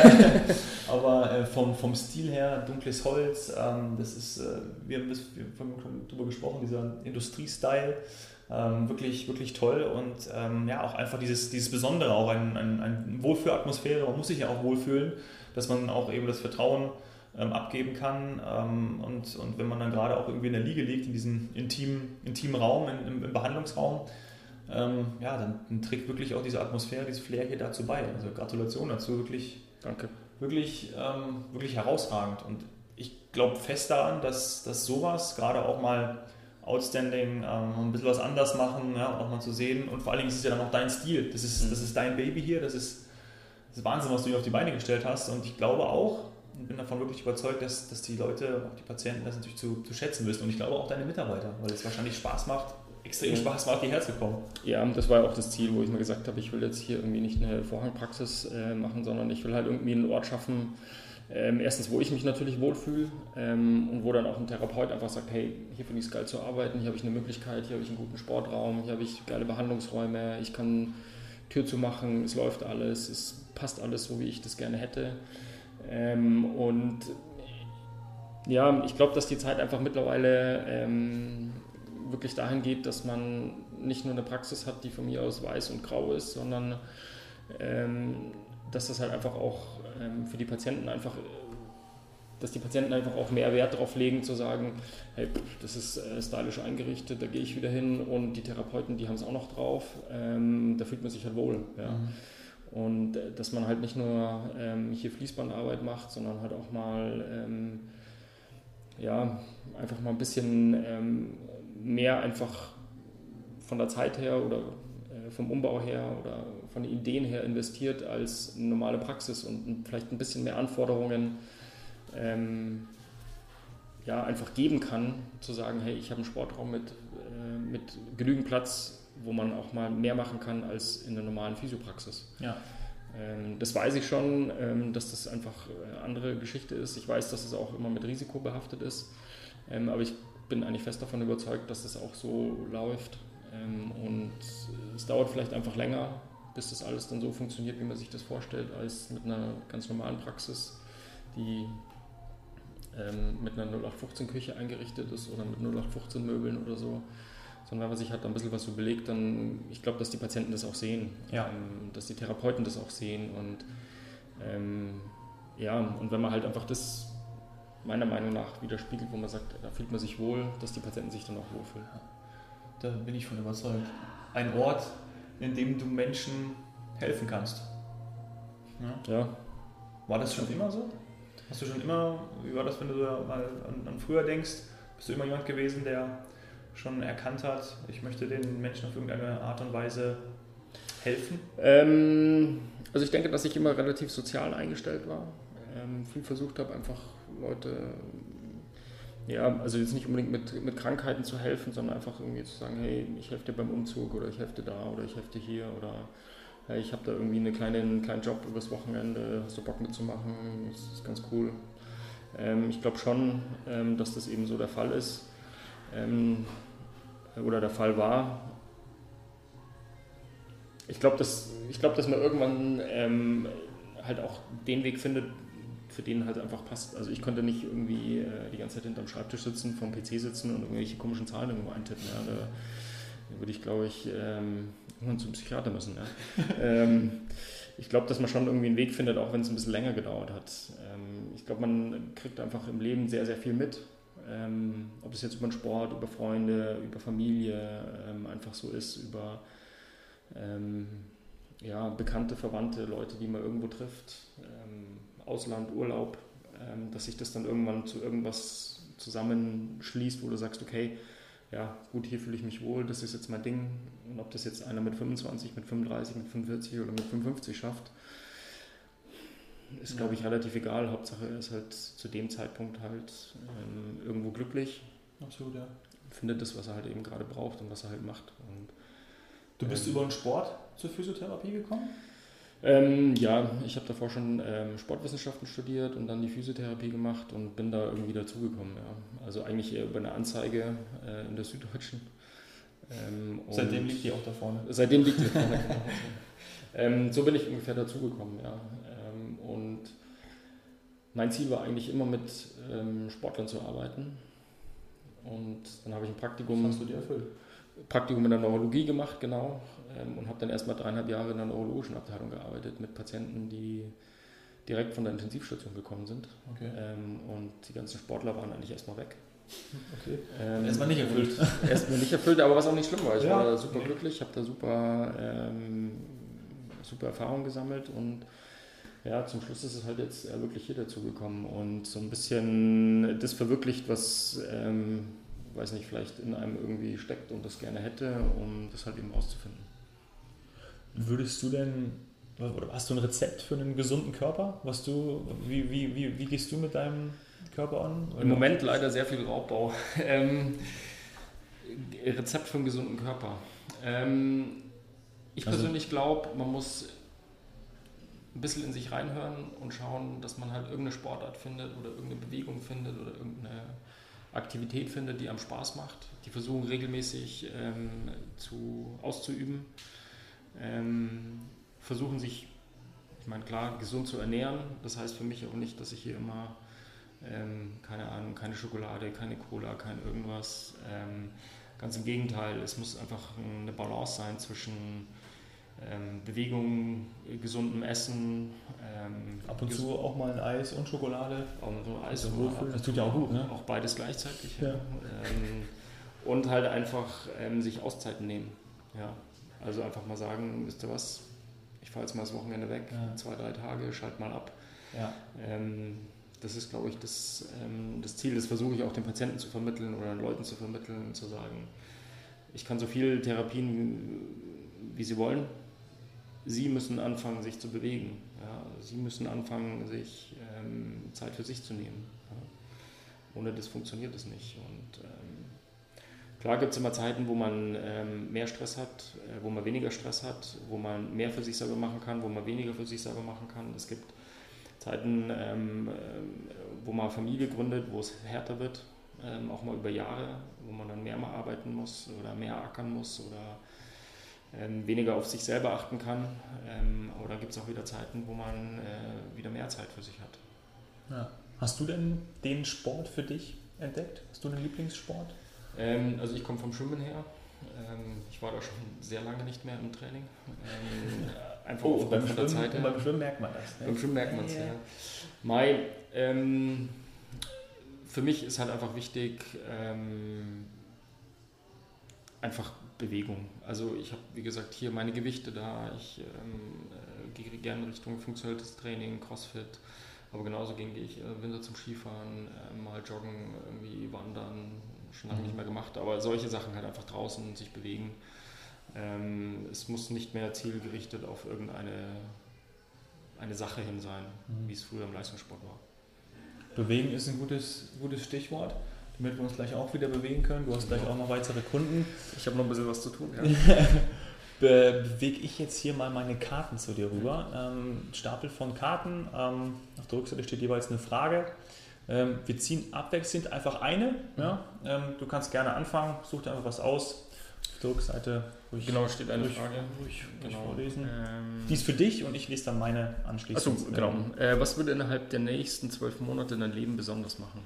Aber äh, vom, vom Stil her, dunkles Holz, ähm, das ist, äh, wir haben, das, wir haben darüber gesprochen, dieser Industriestyle, ähm, wirklich, wirklich toll und ähm, ja, auch einfach dieses, dieses Besondere, auch eine ein, ein Wohlfühlatmosphäre, man muss sich ja auch wohlfühlen, dass man auch eben das Vertrauen Ähm, abgeben kann ähm, und, und wenn man dann gerade auch irgendwie in der Liege liegt, in diesem intimen, intimen Raum, in, im, im Behandlungsraum, ähm, ja, dann, dann trägt wirklich auch diese Atmosphäre, dieses Flair hier dazu bei. Also Gratulation dazu, wirklich, Danke. wirklich, ähm, wirklich herausragend und ich glaube fest daran, dass, dass sowas, gerade auch mal outstanding, ähm, ein bisschen was anders machen, ja, und auch mal zu sehen und vor allen Dingen ist es ja dann auch dein Stil, das ist, mhm. das ist dein Baby hier, das ist, das ist Wahnsinn, was du hier auf die Beine gestellt hast und ich glaube auch, und bin davon wirklich überzeugt, dass, dass die Leute, auch die Patienten, das natürlich zu, zu schätzen wissen. Und ich glaube auch deine Mitarbeiter, weil es wahrscheinlich Spaß macht, extrem Spaß macht, hierher zu kommen. Ja, das war ja auch das Ziel, wo ich mir gesagt habe, ich will jetzt hier irgendwie nicht eine Vorhangpraxis äh, machen, sondern ich will halt irgendwie einen Ort schaffen, ähm, erstens, wo ich mich natürlich wohlfühle ähm, und wo dann auch ein Therapeut einfach sagt, hey, hier finde ich es geil zu arbeiten, hier habe ich eine Möglichkeit, hier habe ich einen guten Sportraum, hier habe ich geile Behandlungsräume, ich kann Tür zu machen, es läuft alles, es passt alles so, wie ich das gerne hätte. Ähm, und ja, ich glaube, dass die Zeit einfach mittlerweile ähm, wirklich dahin geht, dass man nicht nur eine Praxis hat, die von mir aus weiß und grau ist, sondern ähm, dass das halt einfach auch ähm, für die Patienten einfach, dass die Patienten einfach auch mehr Wert darauf legen, zu sagen, hey, das ist äh, stylisch eingerichtet, da gehe ich wieder hin und die Therapeuten, die haben es auch noch drauf, ähm, da fühlt man sich halt wohl. Ja. Mhm. Und dass man halt nicht nur ähm, hier Fließbandarbeit macht, sondern halt auch mal ähm, ja, einfach mal ein bisschen ähm, mehr einfach von der Zeit her oder äh, vom Umbau her oder von den Ideen her investiert als eine normale Praxis und vielleicht ein bisschen mehr Anforderungen ähm, ja, einfach geben kann, zu sagen, hey, ich habe einen Sportraum mit, äh, mit genügend Platz, wo man auch mal mehr machen kann als in der normalen Physiopraxis. Ja. Ähm, das weiß ich schon, ähm, dass das einfach eine andere Geschichte ist. Ich weiß, dass es auch immer mit Risiko behaftet ist, ähm, aber ich bin eigentlich fest davon überzeugt, dass es auch so läuft. Ähm, und es dauert vielleicht einfach länger, bis das alles dann so funktioniert, wie man sich das vorstellt, als mit einer ganz normalen Praxis, die ähm, mit einer null acht fünfzehn Küche eingerichtet ist oder mit null acht fünfzehn Möbeln oder so. Sondern wenn man sich halt ein bisschen was so belegt, dann, ich glaube, dass die Patienten das auch sehen, ja. ähm, dass die Therapeuten das auch sehen und ähm, ja, und wenn man halt einfach das meiner Meinung nach widerspiegelt, wo man sagt, da fühlt man sich wohl, dass die Patienten sich dann auch wohlfühlen. Da bin ich von überzeugt. Ein Ort, in dem du Menschen helfen kannst. Ja. Ja. War das schon immer so? Hast du schon immer, wie war das, wenn du so mal an, an früher denkst, bist du immer jemand gewesen, der schon erkannt hat, ich möchte den Menschen auf irgendeine Art und Weise helfen? Ähm, also ich denke, dass ich immer relativ sozial eingestellt war. Ähm, viel versucht habe, einfach Leute, ja, also jetzt nicht unbedingt mit, mit Krankheiten zu helfen, sondern einfach irgendwie zu sagen, hey, ich helfe dir beim Umzug oder ich helfe dir da oder ich helfe dir hier oder hey, ich habe da irgendwie eine kleine, einen kleinen Job übers Wochenende, hast du Bock mitzumachen, das ist ganz cool. Ähm, ich glaube schon, ähm, dass das eben so der Fall ist ähm, oder der Fall war. Ich glaube, dass, ich glaub, dass man irgendwann ähm, halt auch den Weg findet, für den halt einfach passt. Also ich konnte nicht irgendwie äh, die ganze Zeit hinterm Schreibtisch sitzen, vorm P C sitzen und irgendwelche komischen Zahlen irgendwo eintippen. Ja. Da, da würde ich, glaube ich, ähm, irgendwann zum Psychiater müssen. Ja. ähm, ich glaube, dass man schon irgendwie einen Weg findet, auch wenn es ein bisschen länger gedauert hat. Ähm, ich glaube, man kriegt einfach im Leben sehr, sehr viel mit. Ähm, ob es jetzt über den Sport, über Freunde, über Familie ähm, einfach so ist, über ähm, ja, bekannte, Verwandte, Leute, die man irgendwo trifft, ähm, Ausland, Urlaub, ähm, dass sich das dann irgendwann zu irgendwas zusammenschließt, wo du sagst, okay, ja gut, hier fühle ich mich wohl, das ist jetzt mein Ding. Und ob das jetzt einer mit fünfundzwanzig, mit fünfunddreißig, mit fünfundvierzig oder mit fünfundfünfzig schafft, ist, glaube ich, relativ egal. Hauptsache er ist halt zu dem Zeitpunkt halt ähm, irgendwo glücklich. Absolut, ja. Findet das, was er halt eben gerade braucht und was er halt macht. Und, du bist ähm, über den Sport zur Physiotherapie gekommen? Ähm, ja, ich habe davor schon ähm, Sportwissenschaften studiert und dann die Physiotherapie gemacht und bin da irgendwie dazugekommen. Ja. Also eigentlich eher über eine Anzeige äh, in der Süddeutschen. Ähm, seitdem liegt die auch da vorne? Seitdem liegt die da vorne, genau. ähm, so bin ich ungefähr dazugekommen, ja. Ähm, und mein Ziel war eigentlich immer mit ähm, Sportlern zu arbeiten. Und dann habe ich ein Praktikum... Das hast du dir erfüllt? Praktikum in der Neurologie gemacht, genau, ähm, und habe dann erstmal dreieinhalb Jahre in der neurologischen Abteilung gearbeitet mit Patienten, die direkt von der Intensivstation gekommen sind. Okay. Ähm, und die ganzen Sportler waren eigentlich erstmal weg. Okay. Ähm, erstmal nicht erfüllt. Erstmal nicht erfüllt, aber was auch nicht schlimm war. Ich ja. war da super nee. glücklich, habe da super, ähm, super Erfahrungen gesammelt und ja, zum Schluss ist es halt jetzt äh, wirklich hier dazu gekommen und so ein bisschen das verwirklicht, was... Ähm, weiß nicht, vielleicht in einem irgendwie steckt und das gerne hätte, um das halt eben auszufinden. Würdest du denn, oder hast du ein Rezept für einen gesunden Körper? Was du, wie, wie, wie, wie gehst du mit deinem Körper an? Im Moment leider sehr viel Raubbau. ähm, Rezept für einen gesunden Körper. Ähm, ich also, persönlich glaube, man muss ein bisschen in sich reinhören und schauen, dass man halt irgendeine Sportart findet oder irgendeine Bewegung findet oder irgendeine Aktivität findet, die einem Spaß macht, die versuchen regelmäßig ähm, zu, auszuüben, ähm, versuchen sich, ich meine klar, gesund zu ernähren, das heißt für mich auch nicht, dass ich hier immer, ähm, keine Ahnung, keine Schokolade, keine Cola, kein irgendwas, ähm, ganz im Gegenteil, es muss einfach eine Balance sein zwischen ähm, Bewegung, gesundem Essen. Ähm, ab und zu auch mal ein Eis und Schokolade. Auch so Eis das, und das tut ja auch gut, ne? Auch beides gleichzeitig. Ja. Ja. Ähm, und halt einfach ähm, sich Auszeiten nehmen. Ja. Also einfach mal sagen, wisst ihr was, ich fahre jetzt mal das Wochenende weg, ja. zwei, drei Tage, schalt mal ab. Ja. Ähm, das ist, glaube ich, das, ähm, das Ziel. Das versuche ich auch den Patienten zu vermitteln oder den Leuten zu vermitteln und zu sagen, ich kann so viel Therapien, wie sie wollen. Sie müssen anfangen, sich zu bewegen. Ja. Sie müssen anfangen, sich ähm, Zeit für sich zu nehmen. Ja. Ohne das funktioniert es nicht. Und ähm, klar gibt es immer Zeiten, wo man ähm, mehr Stress hat, äh, wo man weniger Stress hat, wo man mehr für sich selber machen kann, wo man weniger für sich selber machen kann. Es gibt Zeiten, ähm, äh, wo man Familie gründet, wo es härter wird, ähm, auch mal über Jahre, wo man dann mehr mal arbeiten muss oder mehr ackern muss oder ähm, weniger auf sich selber achten kann. Ähm, aber dann gibt es auch wieder Zeiten, wo man äh, wieder mehr Zeit für sich hat. Ja. Hast du denn den Sport für dich entdeckt? Hast du einen Lieblingssport? Ähm, also ich komme vom Schwimmen her. Ähm, ich war da schon sehr lange nicht mehr im Training. Ähm, einfach oh, beim von Schwimmen, der Zeit her. beim Schwimmen merkt man das. Ne? Beim Schwimmen merkt man es, ja. ja. Mai, ähm, für mich ist halt einfach wichtig, ähm, einfach Bewegung. Also ich habe, wie gesagt, hier meine Gewichte da. Ich ähm, äh, gehe gerne Richtung funktionelles Training, Crossfit. Aber genauso gehe ich äh, Winter zum Skifahren, äh, mal joggen, irgendwie wandern. Schon lange Mhm. nicht mehr gemacht. Aber solche Sachen halt einfach draußen sich bewegen. Ähm, es muss nicht mehr zielgerichtet auf irgendeine eine Sache hin sein, Mhm. wie es früher im Leistungssport war. Bewegen ist ein gutes, gutes Stichwort, damit wir uns gleich auch wieder bewegen können. Du hast gleich auch noch weitere Kunden. Ich habe noch ein bisschen was zu tun, ja. Be bewege ich jetzt hier mal meine Karten zu dir rüber. Ähm, Stapel von Karten. Ähm, auf der Rückseite steht jeweils eine Frage. Ähm, wir ziehen abwechselnd einfach eine. Ja? Ähm, du kannst gerne anfangen, such dir einfach was aus. Auf der Rückseite ruhig, Genau, steht eine ruhig, Frage. ruhig, ruhig Genau. vorlesen. Ähm, Die ist für dich und ich lese dann meine anschließend. Achso, genau. Äh, was würde innerhalb der nächsten zwölf Monate dein Leben besonders machen?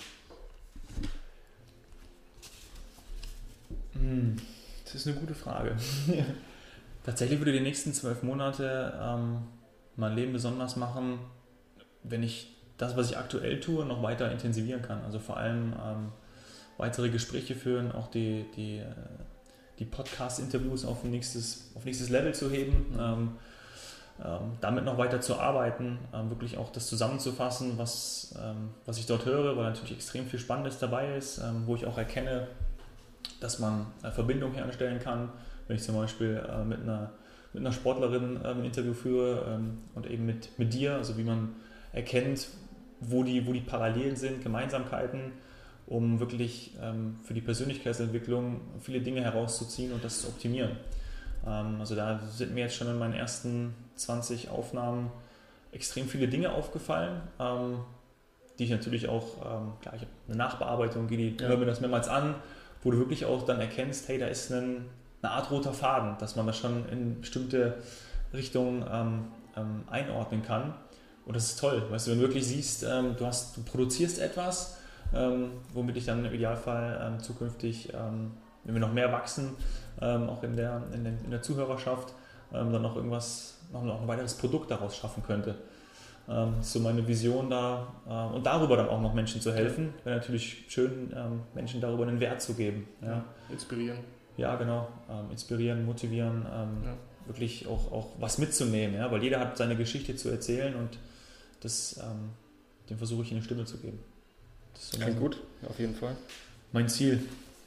Hm, das ist eine gute Frage. Tatsächlich würde die nächsten zwölf Monate ähm, mein Leben besonders machen, wenn ich das, was ich aktuell tue, noch weiter intensivieren kann. Also vor allem ähm, weitere Gespräche führen, auch die, die, äh, die Podcast-Interviews auf nächstes, auf nächstes Level zu heben, ähm, ähm, damit noch weiter zu arbeiten, ähm, wirklich auch das zusammenzufassen, was, ähm, was ich dort höre, weil natürlich extrem viel Spannendes dabei ist, ähm, wo ich auch erkenne, dass man äh, Verbindung herstellen kann, wenn ich zum Beispiel äh, mit, einer, mit einer Sportlerin ähm, ein Interview führe ähm, und eben mit, mit dir, also wie man erkennt, wo die, wo die Parallelen sind, Gemeinsamkeiten, um wirklich ähm, für die Persönlichkeitsentwicklung viele Dinge herauszuziehen und das zu optimieren. Ähm, also da sind mir jetzt schon in meinen ersten zwanzig Aufnahmen extrem viele Dinge aufgefallen, ähm, die ich natürlich auch, ähm, klar, ich habe eine Nachbearbeitung, gehe die, Ja. höre mir das mehrmals an, wo du wirklich auch dann erkennst, hey, da ist ein, eine Art roter Faden, dass man das schon in bestimmte Richtungen ähm, ähm, einordnen kann. Und das ist toll, weißt du, wenn du wirklich siehst, ähm, du, hast, du produzierst etwas, ähm, womit ich dann im Idealfall ähm, zukünftig, ähm, wenn wir noch mehr wachsen, ähm, auch in der, in, den, in der Zuhörerschaft, ähm, dann noch irgendwas, noch, noch ein weiteres Produkt daraus schaffen könnte. Ähm, das ist so meine Vision da ähm, und darüber dann auch noch Menschen zu helfen, wäre natürlich schön, ähm, Menschen darüber einen Wert zu geben. Ja, Ja, inspirieren. ja genau, ähm, inspirieren, motivieren, ähm, Ja. wirklich auch, auch was mitzunehmen, ja? Weil jeder hat seine Geschichte zu erzählen und das, ähm, dem versuche ich eine Stimme zu geben. Das ist so Klingt mein, gut, auf jeden Fall. mein Ziel.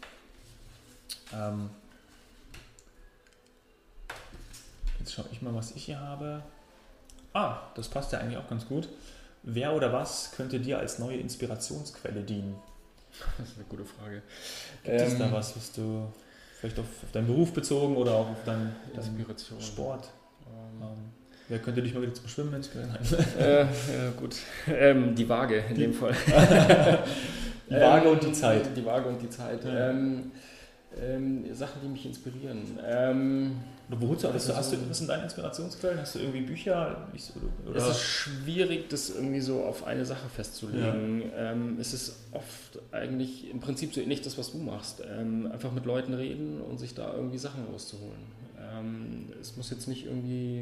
Ähm, jetzt schaue ich mal, was ich hier habe. Ah, das passt ja eigentlich auch ganz gut. Wer oder was könnte dir als neue Inspirationsquelle dienen? Das ist eine gute Frage. Gibt es Ähm, da was, was du vielleicht auf, auf deinen Beruf bezogen oder auch auf deinen, deinen Inspiration. Sport? Ähm, Ähm, wer könnte dich mal wieder zum Schwimmen inspirieren? äh, ja, gut. Ähm, die Waage in Die- dem Fall. Die Waage Ähm, und die Zeit. Die Waage und die Zeit. Ja. Ähm, ähm, Sachen, die mich inspirieren. Ähm, Oder wo holst du, hast du, Also hast du, so- was sind deine Inspirationsquellen? Hast du irgendwie Bücher? Ich- Oder, Es oder? ist schwierig, das irgendwie so auf eine Sache festzulegen. Ähm, es ist oft eigentlich im Prinzip so ähnlich das, was du machst. Ähm, einfach mit Leuten reden und sich da irgendwie Sachen rauszuholen. Ähm, es muss jetzt nicht irgendwie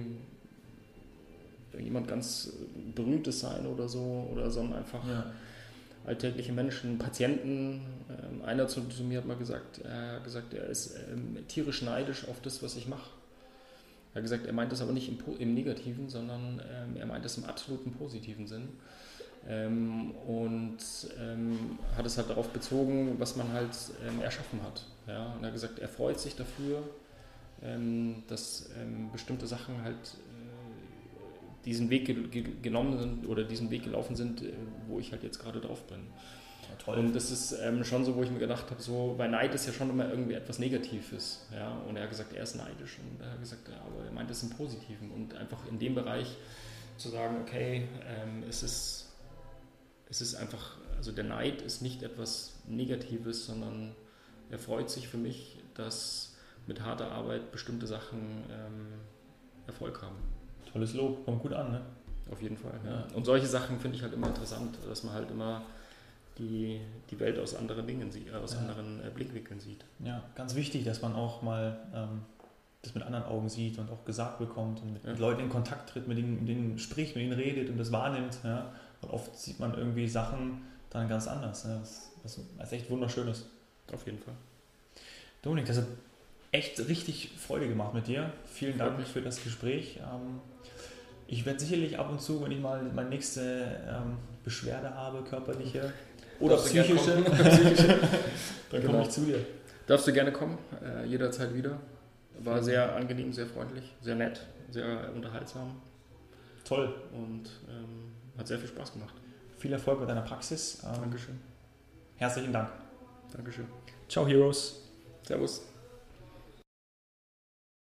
jemand ganz Berühmtes sein oder so, oder sondern einfach Ja. alltägliche Menschen, Patienten. Ähm, einer zu, zu mir hat mal gesagt, er hat gesagt, er ist ähm, tierisch neidisch auf das, was ich mache. Er hat gesagt, er meint das aber nicht im, Po- im Negativen, sondern ähm, er meint das im absoluten positiven Sinn. Ähm, und ähm, hat es halt darauf bezogen, was man halt ähm, erschaffen hat. Ja? Und er hat gesagt, er freut sich dafür, ähm, dass ähm, bestimmte Sachen halt äh, diesen Weg ge ge genommen sind oder diesen Weg gelaufen sind, äh, wo ich halt jetzt gerade drauf bin. Ja, toll. Und das ist ähm, schon so, wo ich mir gedacht habe, so, weil Neid ist ja schon immer irgendwie etwas Negatives. Ja? Und er hat gesagt, er ist neidisch. Und er hat gesagt, ja, aber er meint es im Positiven. Und einfach in dem Bereich zu sagen, okay, ähm, es ist, es ist einfach, also der Neid ist nicht etwas Negatives, sondern er freut sich für mich, dass mit harter Arbeit bestimmte Sachen ähm, Erfolg haben. Tolles Lob, kommt gut an, ne? Auf jeden Fall. Ja. Ja. Und solche Sachen finde ich halt immer interessant, dass man halt immer die, die Welt aus anderen Dingen sieht, äh, aus Ja. anderen äh, Blickwinkeln sieht. Ja, ganz wichtig, dass man auch mal ähm, das mit anderen Augen sieht und auch gesagt bekommt und mit, Ja. mit Leuten in Kontakt tritt, mit denen, mit denen spricht, mit ihnen redet und das wahrnimmt. Ja? Und oft sieht man irgendwie Sachen dann ganz anders. Ne? Das, das ist echt Wunderschönes. Auf jeden Fall. Dominik, das hat echt richtig Freude gemacht mit dir. Vielen Dank für das Gespräch. Ähm, ich werde sicherlich ab und zu, wenn ich mal meine nächste ähm, Beschwerde habe, körperliche oder psychische, dann genau. komme ich zu dir. Darfst du gerne kommen, äh, jederzeit wieder. War sehr angenehm, sehr freundlich, sehr nett, sehr unterhaltsam. Toll. Und ähm, hat sehr viel Spaß gemacht. Viel Erfolg mit deiner Praxis. Ähm, Dankeschön. Herzlichen Dank. Dankeschön. Ciao, Heroes. Servus.